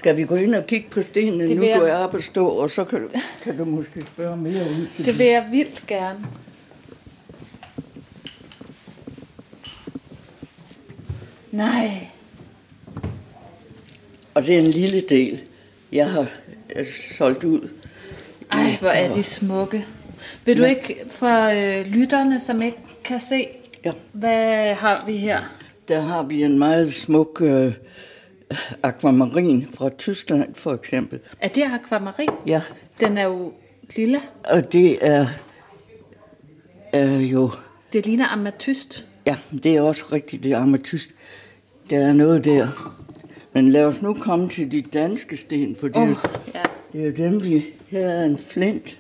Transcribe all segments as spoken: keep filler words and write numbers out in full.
Skal vi gå ind og kigge på stenene, Det nu vil jeg- du er oppe at stå, og så kan, kan du måske spørge mere ud til Det vil jeg vildt gerne. Nej. Og det er en lille del, jeg har øh, solgt ud. Ej, hvor er de smukke. Vil du Ja. ikke for øh, lytterne, som ikke kan se, Ja. hvad har vi her? Der har vi en meget smuk øh, akvamarin fra Tyskland, for eksempel. Er det akvamarin? Ja, Den er jo lilla. og det er, er jo... Det ligner ametyst. Ja, det er også rigtigt, det er ametyst. Der er noget der. Men lad os nu komme til de danske sten, for det, Åh, oh. ja. det er jo dem, vi... Her er en flint.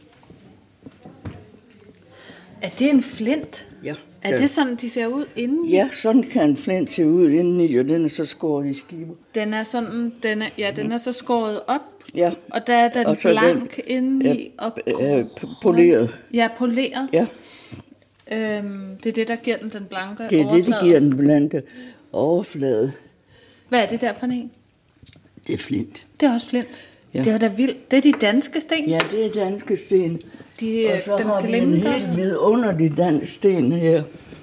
Er det en flint? Ja. Er det sådan, de ser ud inden? Ja, sådan kan en flint se ud indeni, og den er så skåret i skiver. Den er sådan, den er, ja, den er så skåret op, Ja, og der er den Og så er blank den, indeni og øh, poleret. Ja, poleret. Ja, Øhm, det er det, der giver den den blanke det er overflade. det, der giver den blanke overflade. Hvad er det der for en? Det er flint. Det er også flint. Ja. Det er da vildt. Det er de danske sten. Ja, det er danske sten. De, Og så den har vi en glimter. helt vidunderlig dansk sten her.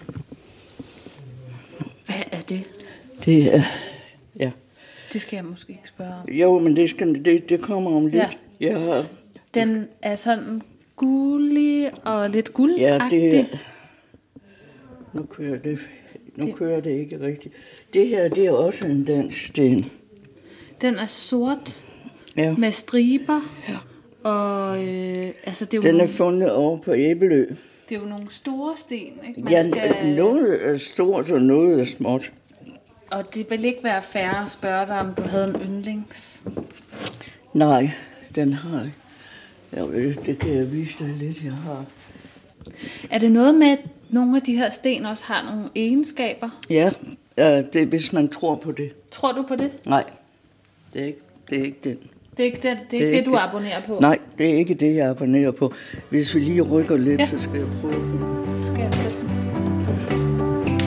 Hvad er det? Det er... Ja. Det skal jeg måske ikke spørge om. Jo, men det, skal, det, det kommer om lidt. Ja. Jeg har, Den er sådan gullig og lidt ja, guldagtig. det, nu kører det, nu Det- kører det ikke rigtigt. Det her, det er også en dansk sten. Den er sort Ja. med striber. Ja. Og øh, altså, det er, jo Den er nogle, fundet over på Æbelø. det er jo nogle store sten, ikke? Man Ja, skal, noget er stort, og noget er småt. Og det vil ikke være fair at spørge dig, om du havde en yndlings. Nej, den har jeg. Jeg ved, det kan jeg vise dig lidt, jeg har. Er det noget med, at nogle af de her sten også har nogle egenskaber? Ja, ja, det er, hvis man tror på det. Tror du på det? Nej, det er ikke, det er ikke den. Det er ikke det, det, er Det er ikke det ikke du det. abonnerer på? Nej, det er ikke det, jeg abonnerer på. Hvis vi lige rykker lidt, Ja. så skal jeg prøve at finde. Skal jeg flytte den?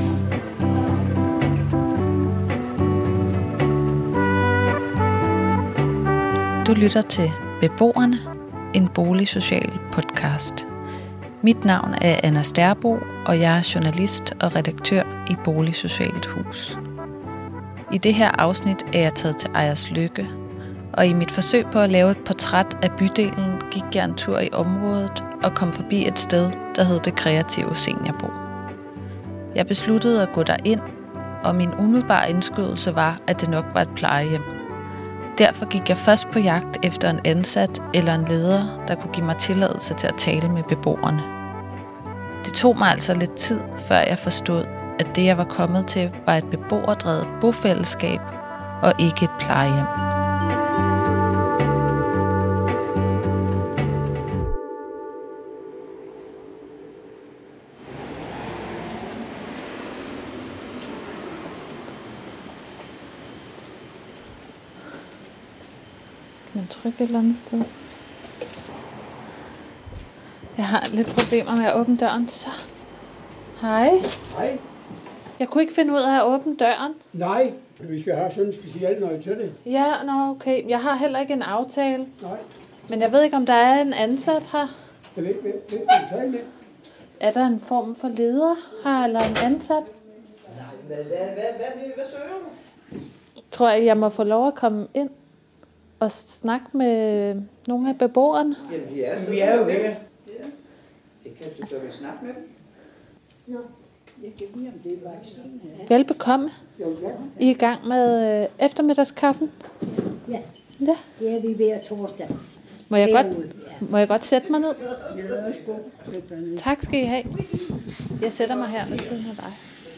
Du lytter til Beboerne, en boligsocial podcast. Mit navn er Anna Stærbo, og jeg er journalist og redaktør i Boligsocialt Hus. I det her afsnit er jeg taget til Ejerslykke, og i mit forsøg på at lave et portræt af bydelen, gik jeg en tur i området og kom forbi et sted, der hed Det Kreative Seniorbo. Jeg besluttede at gå derind, og min umiddelbare indskydelse var, at det nok var et plejehjem. Derfor gik jeg først på jagt efter en ansat eller en leder, der kunne give mig tilladelse til at tale med beboerne. Det tog mig altså lidt tid, før jeg forstod, at det jeg var kommet til var et beboerdrevet bofællesskab og ikke et plejehjem. Kan man trykke et eller andet sted? Jeg har lidt problemer med at åbne døren, så... Hej. Nej, Jeg kunne ikke finde ud af at åbne døren. nej, vi skal have sådan specielt noget til det. Ja, nå okay. Jeg har heller ikke en aftale. Nej, Men jeg ved ikke, om der er en ansat her. jeg ved ikke, hvem du taler med. Er der en form for leder her, eller en ansat? Hvad, hvad, hvad, hvad søger du? Tror jeg, jeg må få lov at komme ind og snakke med nogle af beboerne? Jamen, vi er, Vi er jo her. Ja. Det kan du da snakke med dem. Nå, jeg kan vide, om det er vaccine. Velbekomme. Jo, ja. I er i gang med øh, eftermiddagskaffen. Ja, Ja. det er vi hver torsdag. Må jeg, godt, Derude, ja. må jeg godt sætte mig ned? Det er også godt. Tak skal I have. Jeg sætter mig her ved siden af dig.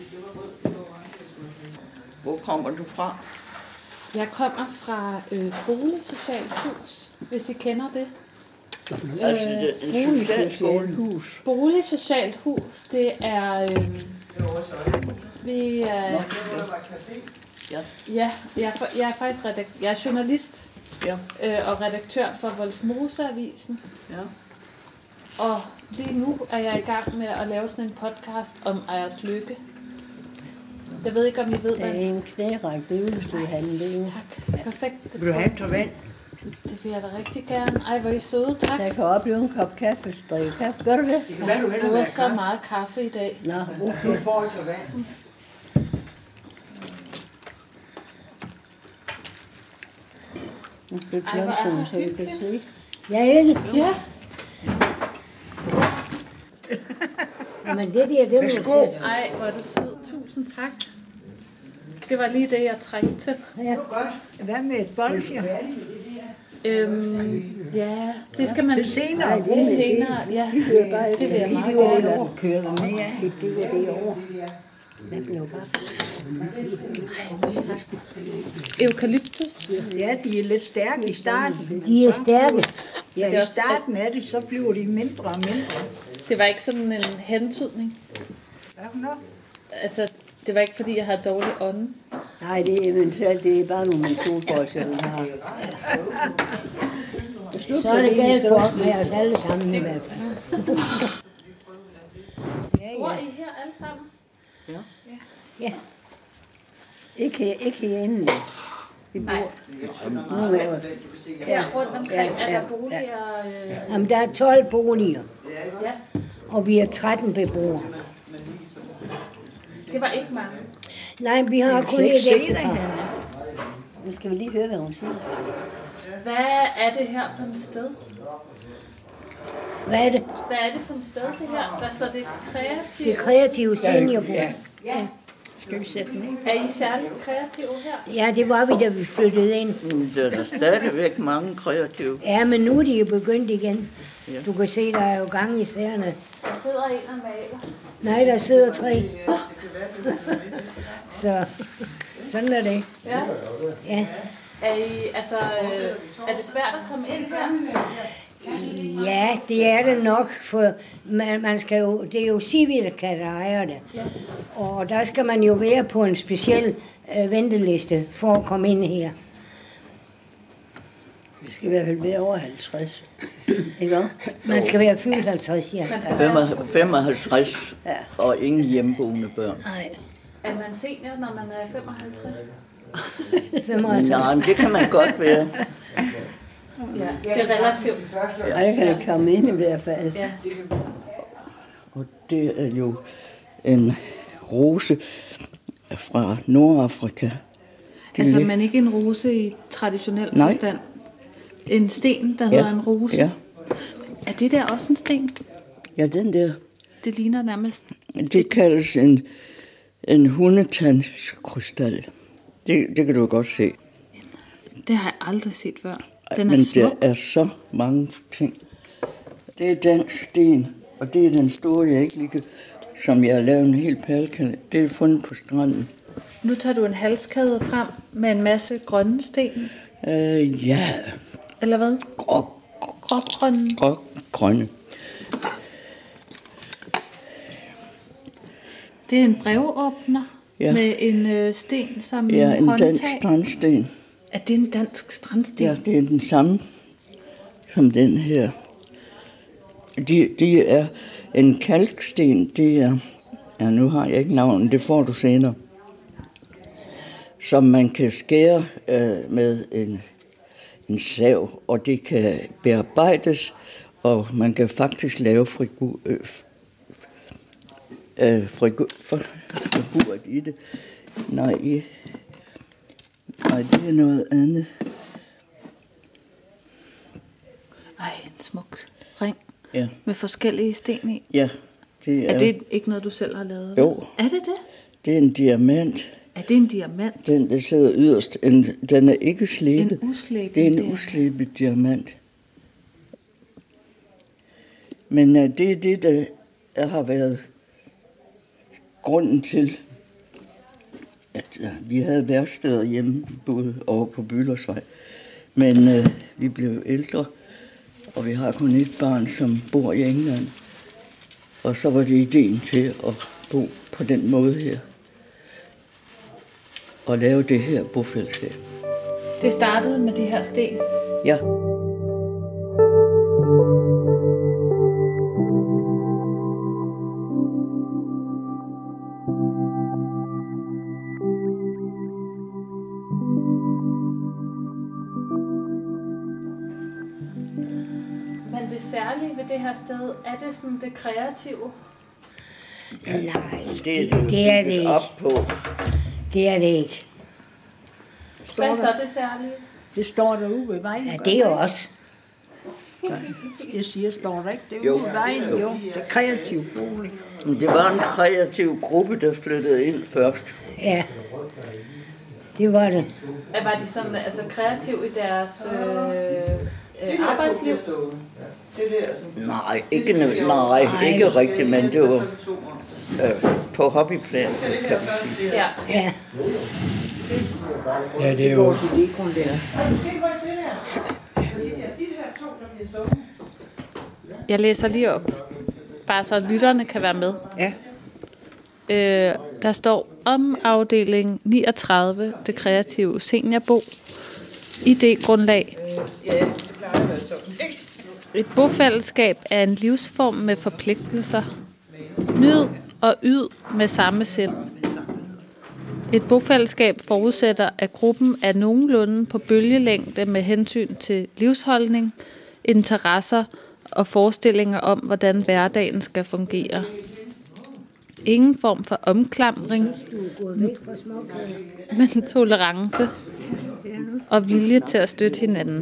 Hvor kommer du fra? Jeg kommer fra øh, Boligsocialt Hus, hvis I kender det. Altså, det er en socialskolehus. Boligsocialt Hus, det er... Øh, vi er... Ja. Ja, jeg er, for- jeg er faktisk redak- jeg er journalist Ja, øh, og redaktør for Vollsmose-avisen. ja. Og lige nu er jeg i gang med at lave sådan en podcast om Ejerslykke. Jeg ved ikke, om I ved, Der er hvad... en knæræk bøvlestødhandel derovre. Tak. Perfekt. Det, Vil du have en tår vand? det vil jeg da rigtig gerne. Ej, hvor er I søde. Tak. Der kan opleve en kop kaffe, drikke kaffe. Gør du det? Det kan være, du Du hellere har være så kaffe. meget kaffe i dag. Nå, Du okay. får en tår vand. Nu skal Ej, hvor er fjernsynet, det så vi kan hyggeligt. se. Ja, Elle. Ja. Jamen det der, det må du Værsgo. se. Ej, hvor er du sød. Tusind tak. Det var lige det, jeg trængte til. Ja. Hvad med et bolfjer? Øhm, ja, det skal man... Til senere. Til senere, ja. Det vil jeg bare Det vil jeg meget gerne. gerne. Lad den køre med. Det bliver det over. Lad den jo bare. Eukalyptus. Ja, de er lidt stærke i starten. De er stærke. Ja, Det er i også- starten af det, så bliver de mindre og mindre. Det var ikke sådan en hentydning. Hvad for noget? Altså, det var ikke fordi, jeg havde dårlig ånde. Nej, det er eventuelt, det er bare nogle metodbolser, vi har. Så er det galt for med os alle sammen i hvert fald. Bor I her alle sammen? Ja. Ikke, ikke herinde. Vi Nej. bor nu er jo- Her rundt omkring Ja, er ja, der boliger. Øh, Jamen, der er tolv boliger, ja, og vi er tretten beboere. det var ikke mange. Nej, vi har kun ikke et se det ægtepar. her. Nu skal vi lige høre, hvad hun siger. Hvad er det her for et sted? Hvad er det? Hvad er det for et sted, det her? Der står det Det kreative. er kreative seniorbo. Ja. Skal vi sætte den ind? Er I særligt kreative her? Ja, det var vi, da vi flyttede ind. Mm, Der er der stadigvæk mange kreative. Ja, men nu er de jo begyndt igen. Du kan se, der er jo gang i sagerne. Der sidder en og maler. Nej, der sidder tre. Så sådan er det. Ja. Ja. Er, I, altså, øh, er det svært at komme ind her? Ja, det er det nok, for man, man skal jo, det er jo Civica, der ejer det. Ja. Og der skal man jo være på en speciel øh, venteliste for at komme ind her. Vi skal i hvert fald være over halvtreds. Ikke også? Man skal være fyldt halvtreds, ja. Man skal være, femoghalvtreds og ingen hjemmeboende børn. Nej, er man senior, når man er femoghalvtreds? femoghalvtreds. Nej, men det kan man godt være. Ja, det er relativt. Jeg kan komme ind i hvert fald. Ja. Og det er jo en rose fra Nordafrika. Det er Altså, lidt- men ikke en rose i traditionel Nej. forstand. En sten, der hedder en rose. Ja, Er det der også en sten? ja, den der. Det ligner nærmest... Det kaldes en, en hundetandskrystal. Det, det kan du godt se. Det har jeg aldrig set før. Den er Men smuk. der er så mange ting. Det er dansk sten, og det er den store, jeg ikke lige kan, som jeg har lavet en hel palkale. Det er fundet på stranden. Nu tager du en halskæde frem med en masse grønne sten. Øh, ja, Eller hvad? grå, Grågrønne. grå, grønne. Det er en brevåbner Ja. med en øh, sten som Ja, en håndtag. dansk strandsten. Er det en dansk strandsten? Ja, det er den samme som den her. De, de er en kalksten, det er, ja, nu har jeg ikke navnet, det får du senere, som man kan skære øh, med en, en sav, og det kan bearbejdes, og man kan faktisk lave frigur, øh, øh, frigur, for, figuret i det. Nej, i, nej, det er noget andet. Ej, en smuk ring Ja, med forskellige sten i. ja, det er, Er det ikke noget, du selv har lavet? Jo. Er det det? det er en diamant. Er det en diamant? Den, der sidder yderst, en, den er ikke slebet. En uslebet Det er en diamant. uslebet diamant. Men uh, det er det, der har været grunden til, at uh, vi havde værksteder hjemme, både over på Bülowsvej. Men uh, vi blev ældre, og vi har kun et barn, som bor i England. Og så var det ideen til at bo på den måde her. Og lave det her bofællesskab. Det startede med de her sten. Ja. særlige ved det her sted? Er det sådan det kreative? Nej, Det er det, det er det ikke. op på. Det er det ikke. Hvad Står så der, det særlige? det står derude ved vejen. Ja, gør det er jo ikke? også. Jeg siger, står der ikke det Jo. ude ved vejen? Jo, det er kreativ bolig. Men det var en kreativ gruppe, der flyttede ind først. Ja, det var det. Var de sådan altså kreative i deres øh, øh, arbejdsliv? Nej, ikke, nej, ikke rigtigt, men det var øh, på hobbyplan, kan man sige. Ja. Ja, Ja, det er jo... Jeg læser lige op, bare så lytterne kan være med. Ja. Øh, der står om afdeling niogtredive, det kreative seniorbo, idégrundlag. Et bofællesskab er en livsform med forpligtelser. Nyd og yd med samme sind. Et bofællesskab forudsætter, at gruppen er nogenlunde på bølgelængde med hensyn til livsholdning, interesser og forestillinger om, hvordan hverdagen skal fungere. Ingen form for omklamring, men tolerance og vilje til at støtte hinanden.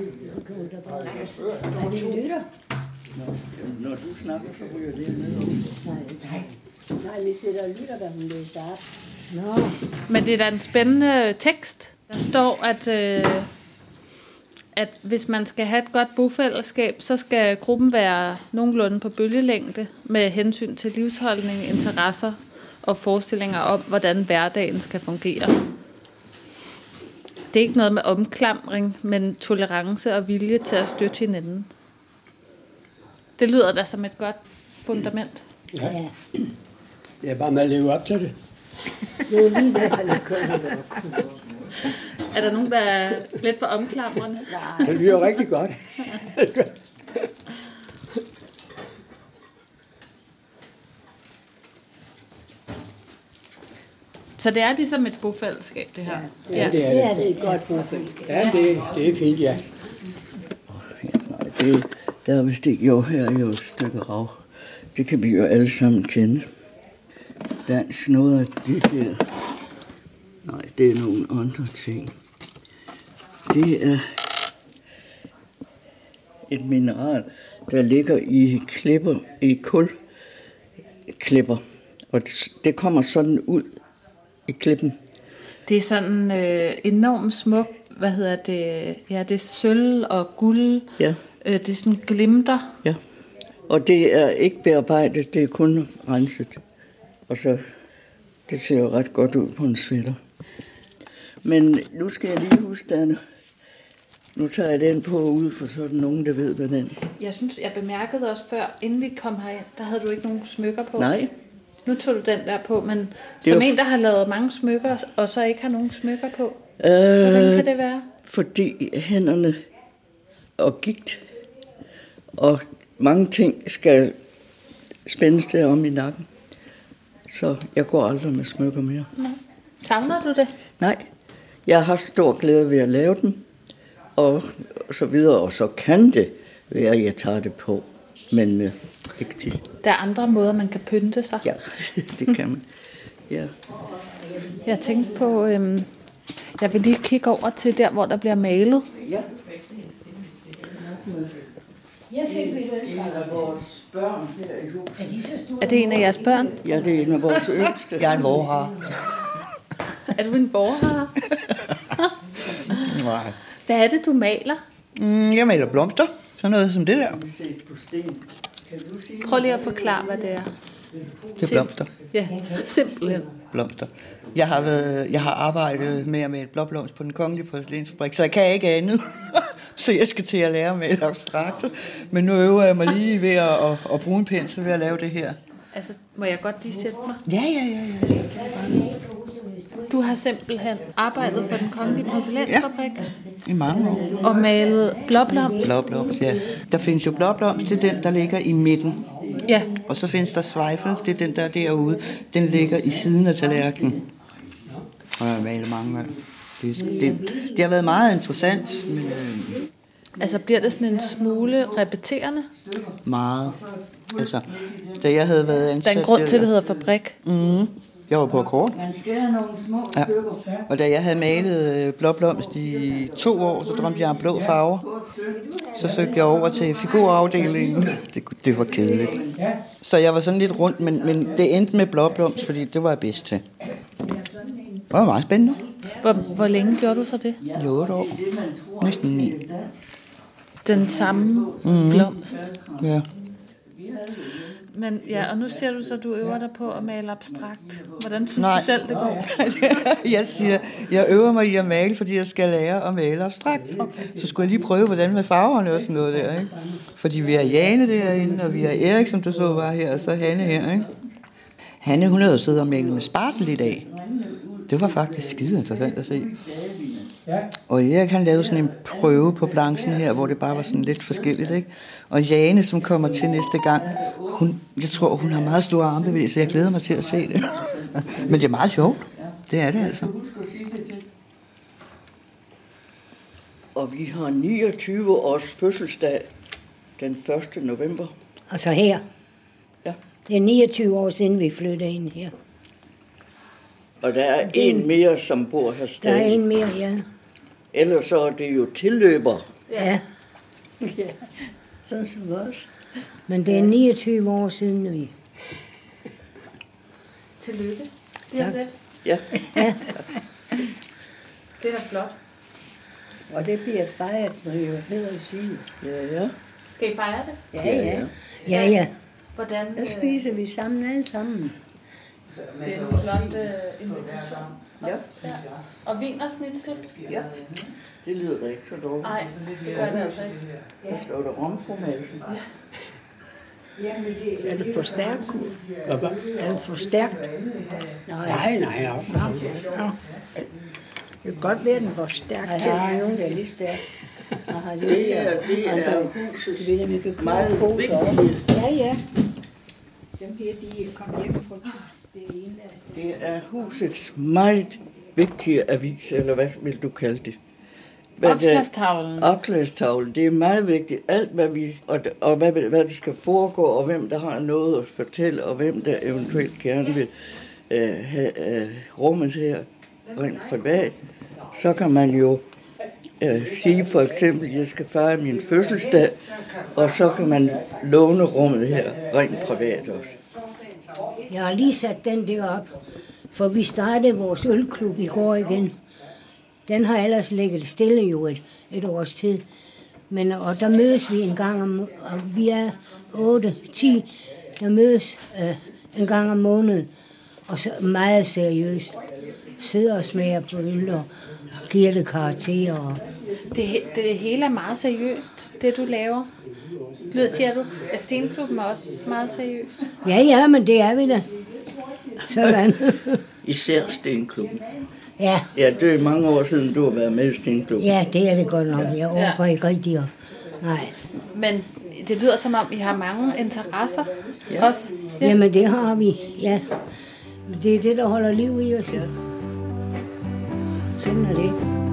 Når du snakker, så ryger det ned. Nej, vi sidder og lytter, hvad hun læser op. nå, Men det er da en spændende tekst. Der står, at, øh, at hvis man skal have et godt bofællesskab, så skal gruppen være nogenlunde på bølgelængde med hensyn til livsholdning, interesser og forestillinger om, hvordan hverdagen skal fungere. Det er ikke noget med omklamring, men tolerance og vilje til at støtte hinanden. Det lyder da som et godt fundament. Ja. Det er bare med at leve op til det. det er lige det, han er kommet. Er der nogen, der er lidt for omklamrende? Det lyder rigtig godt. Så det er ligesom et bofællesskab, det her. Ja, det er Det det. er det et godt bofællesskab. Ja, det, det er fint, ja. Ja, nej, det, der er vist ikke jo her er jo et stykke rav. Det kan vi jo alle sammen kende. Dans, noget af det der. Nej, det er nogle andre ting. Det er et mineral, der ligger i klipper, i kulklipper. Og det, det kommer sådan ud i klippen. Det er sådan øh, enormt smuk, hvad hedder det, ja, det er sølv og guld, Ja. øh, det er sådan glimter. Ja, og det er ikke bearbejdet, det er kun renset. Og så, det ser jo ret godt ud på en sweater. Men nu skal jeg lige huske, Danne. Nu tager jeg den på ud, for så er der nogen, der ved, hvad den... Jeg synes, jeg bemærkede også før, inden vi kom herind, der havde du ikke nogen smykker på. Nej, Nu tog du den der på, men Det som var- en, der har lavet mange smykker, og så ikke har nogen smykker på. øh, Hvordan kan det være? fordi hænderne og gigt og mange ting skal spændes der om i nakken. Så jeg går aldrig med smykker mere. Savner du det? Nej, jeg har stor glæde ved at lave dem, og så videre, og så kan det være, at jeg tager det på, men øh, ikke til. Der er andre måder, man kan pynte sig. Ja, det kan man. Ja. Jeg tænkte på, øhm, jeg vil lige kigge over til der, hvor der bliver malet. Ja. Jeg fik mit ønske. En af vores børn her i huset. Er de så store? Er det en af jeres børn? Ja, det er en af vores yngste. Jeg er en vorhar. Er du en borger? Nej. Hvad er det, du maler? Mm, jeg maler blomster. Sådan noget som det der. Set på sten. Kan du sige Prøv lige at forklare, hvad det er. Det er blomster. Ja, simpelthen. Blomster. Jeg har, været, jeg har arbejdet med at male blåblomst på den kongelige porcelænsfabrik, så jeg kan ikke andet. Så jeg skal til at lære at male abstrakt. Men nu øver jeg mig lige ved at, at, at bruge en pensel ved at lave det her. Altså, må jeg godt lige sætte mig? Ja, ja, ja. ja. Du har simpelthen arbejdet for den kongelige porcelænsfabrik I mange år. og malet blåblomst. Blåblomst, ja. Der findes jo blåblomst, det er den, der ligger i midten. Ja, Og så findes der svejfel, det er den, der er derude. Den ligger i siden af tallerkenen. Og jeg har malet mange af. Det, det, det har været meget interessant, men øh, Altså bliver det sådan en smule repeterende? Meget. Altså, da jeg havde været ansat... Der er en grund til, at det hedder fabrik. Mm, jeg var på akkord. Man skærer nogle små Ja. stykker. Og da jeg havde malet øh, blåblomst i to år, så drømte jeg om blå farver. Så søgte jeg over til figurafdelingen. Det, det var kedeligt. Så jeg var sådan lidt rundt, men, men det endte med blåblomst, fordi det var jeg bedst til. Det var meget spændende. Hvor, hvor længe gjorde du så det? I otte år. Næsten ni. Den samme mm. blomst. Ja. Men ja, og nu siger du så, at du øver dig på at male abstrakt. Hvordan synes Nej. du selv, det går? Jeg siger, jeg øver mig i at male, fordi jeg skal lære at male abstrakt. Okay. Så skulle jeg lige prøve, hvordan med farverne og sådan noget der, ikke? Fordi vi har Jane derinde, og vi har Erik, som du så var her, og så Hanne her, ikke? Hanne, hun havde jo siddet og malet med spartel i dag. Det var faktisk skide interessant at se. Og Erik, han lavede sådan en prøve på blanchen her, hvor det bare var sådan lidt forskelligt, ikke? Og Jane, som kommer til næste gang, hun, jeg tror, hun har meget store armbevægelser. Jeg glæder mig til at se det. Men det er meget sjovt. Det er det altså. Og vi har niogtyve års fødselsdag den første november. Altså her. Ja. Det er niogtyve år siden, vi flyttede ind her. Og der er en mere, som bor her Der er stadig. en mere, ja. Ellers så er det jo tilløber. Ja, Sådan som os. men det er niogtyve år siden, vi... Tillykke. Det er Tak. lidt. Ja. Det er da flot. Og det bliver fejret, når jeg hedder at sige. Ja, ja. Skal I fejre det? Ja, ja. Ja, ja. Hvordan? Der spiser vi sammen alle sammen. Det er en flot uh, invitation. Ja. Ja. Og vinersnitsel? Ja. Det lyder da ikke så dårligt. Nej, det gør det altså ikke. Der står der romformage. Er det for stærkt? Hvad, hvad? Er det for stærkt? Nej, nej, ja. Det kan godt være, den var stærkt. Jeg har nogen, der er lige stærk. Aha, Det er, det er husets det er, vi kan meget købe vigtige. Ja, ja. Dem her, de kom hjem fra det ene af. Det er husets meget vigtige avis, eller hvad vil du kalde det? Hvad det- Opslagstavlen. Opslagstavlen, det er meget vigtigt. Alt, hvad vi, og, og hvad, hvad det skal foregå, og hvem der har noget at fortælle, og hvem der eventuelt gerne vil øh, have øh, rummet her rent privat, så kan man jo øh, sige for eksempel, at jeg skal fejre min fødselsdag, og så kan man låne rummet her rent privat også. Jeg har lige sat den der op, for vi startede vores ølklub i går igen. Den har ellers ligget stille jo et, et års tid. Men, og der mødes vi en gang om, og vi er otte ti, der mødes øh, en gang om måneden. Og så meget seriøst. Sidder og smager på øl og giver det karakterer. Og Det, det hele er meget seriøst, det du laver. Lyder, siger du, at Stenklubben er også meget seriøs? ja, ja, men det er vi da. Sådan. Især Stenklubben. ja, Ja, det er mange år siden, du har været med i Stenklubben. ja, det er det godt nok. Jeg overgår ikke rigtig. at- Nej. Men det lyder som om, I har mange interesser ja. også. Ja. Jamen, det har vi, ja. Det er det, der holder liv i os. Ja. Sådan er det.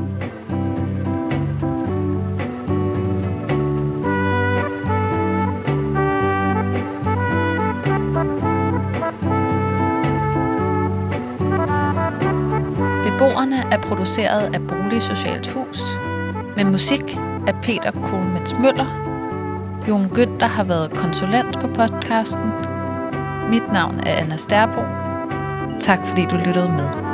Beboerne er produceret af Boligsocialt Hus, med musik af Peter Kohlmets Møller. Jon Günther har været konsulent på podcasten. Mit navn er Anna Stærbo. Tak fordi du lyttede med.